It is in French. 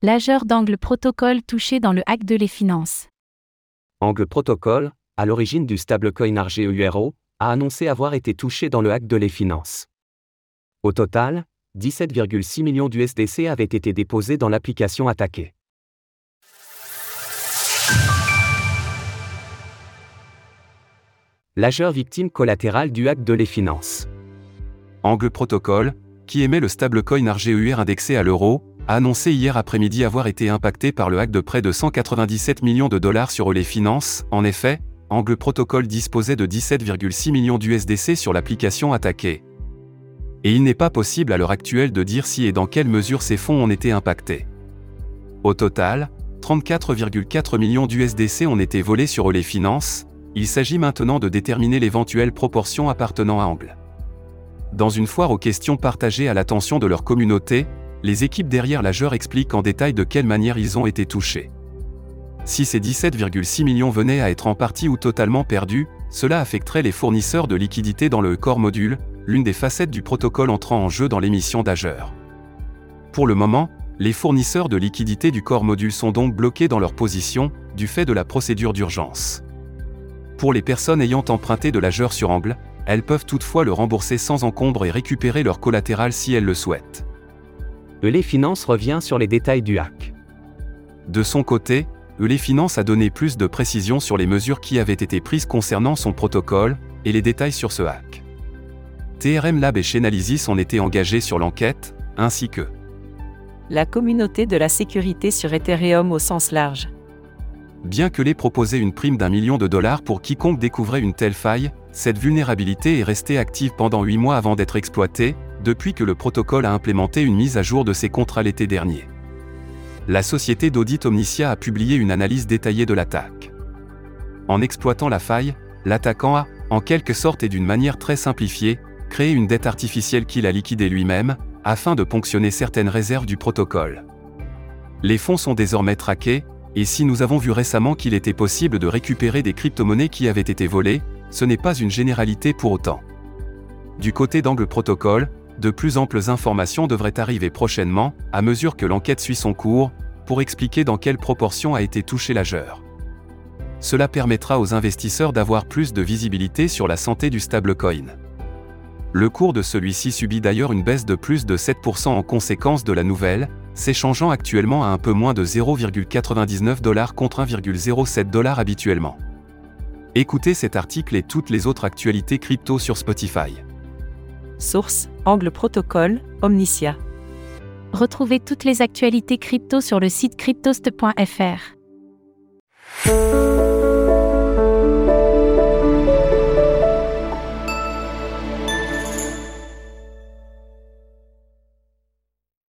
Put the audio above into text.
L'ageur d'Angle Protocol touché dans le hack de les finances. Angle Protocol, à l'origine du stablecoin ARGEURO, a annoncé avoir été touché dans le hack de les finances. Au total, 17,6 millions d'USDC avaient été déposés dans l'application attaquée. L'ageur victime collatérale du hack de les finances. Angle Protocol, qui émet le stablecoin ARGEUR indexé à l'euro, a annoncé hier après-midi avoir été impacté par le hack de près de 197 millions de dollars sur les finances. En effet, Angle Protocol disposait de 17,6 millions d'USDC sur l'application attaquée. Et il n'est pas possible à l'heure actuelle de dire si et dans quelle mesure ces fonds ont été impactés. Au total, 34,4 millions d'USDC ont été volés sur les finances. Il s'agit maintenant de déterminer l'éventuelle proportion appartenant à Angle. Dans une foire aux questions partagées à l'attention de leur communauté, les équipes derrière l'ageur expliquent en détail de quelle manière ils ont été touchés. Si ces 17,6 millions venaient à être en partie ou totalement perdus, cela affecterait les fournisseurs de liquidités dans le core module, l'une des facettes du protocole entrant en jeu dans l'émission d'ageur. Pour le moment, les fournisseurs de liquidités du core module sont donc bloqués dans leur position, du fait de la procédure d'urgence. Pour les personnes ayant emprunté de l'ageur sur Angle, elles peuvent toutefois le rembourser sans encombre et récupérer leur collatéral si elles le souhaitent. Les finances revient sur les détails du hack. De son côté, les finances a donné plus de précisions sur les mesures qui avaient été prises concernant son protocole, et les détails sur ce hack. TRM Lab et Chainalysis ont été engagés sur l'enquête, ainsi que la communauté de la sécurité sur Ethereum au sens large. Bien que les proposait une prime d'1 million de dollars pour quiconque découvrait une telle faille, cette vulnérabilité est restée active pendant 8 mois avant d'être exploitée, depuis que le protocole a implémenté une mise à jour de ses contrats l'été dernier. La société d'audit Omnicia a publié une analyse détaillée de l'attaque. En exploitant la faille, l'attaquant a, en quelque sorte et d'une manière très simplifiée, créé une dette artificielle qu'il a liquidée lui-même, afin de ponctionner certaines réserves du protocole. Les fonds sont désormais traqués, et si nous avons vu récemment qu'il était possible de récupérer des crypto-monnaies qui avaient été volées, ce n'est pas une généralité pour autant. Du côté d'Angle Protocol, de plus amples informations devraient arriver prochainement, à mesure que l'enquête suit son cours, pour expliquer dans quelle proportion a été touché l'ageur. Cela permettra aux investisseurs d'avoir plus de visibilité sur la santé du stablecoin. Le cours de celui-ci subit d'ailleurs une baisse de plus de 7% en conséquence de la nouvelle, s'échangeant actuellement à un peu moins de 0,99$ contre 1,07$ habituellement. Écoutez cet article et toutes les autres actualités crypto sur Spotify. Source, Angle Protocol, Omnicia. Retrouvez toutes les actualités crypto sur le site cryptost.fr.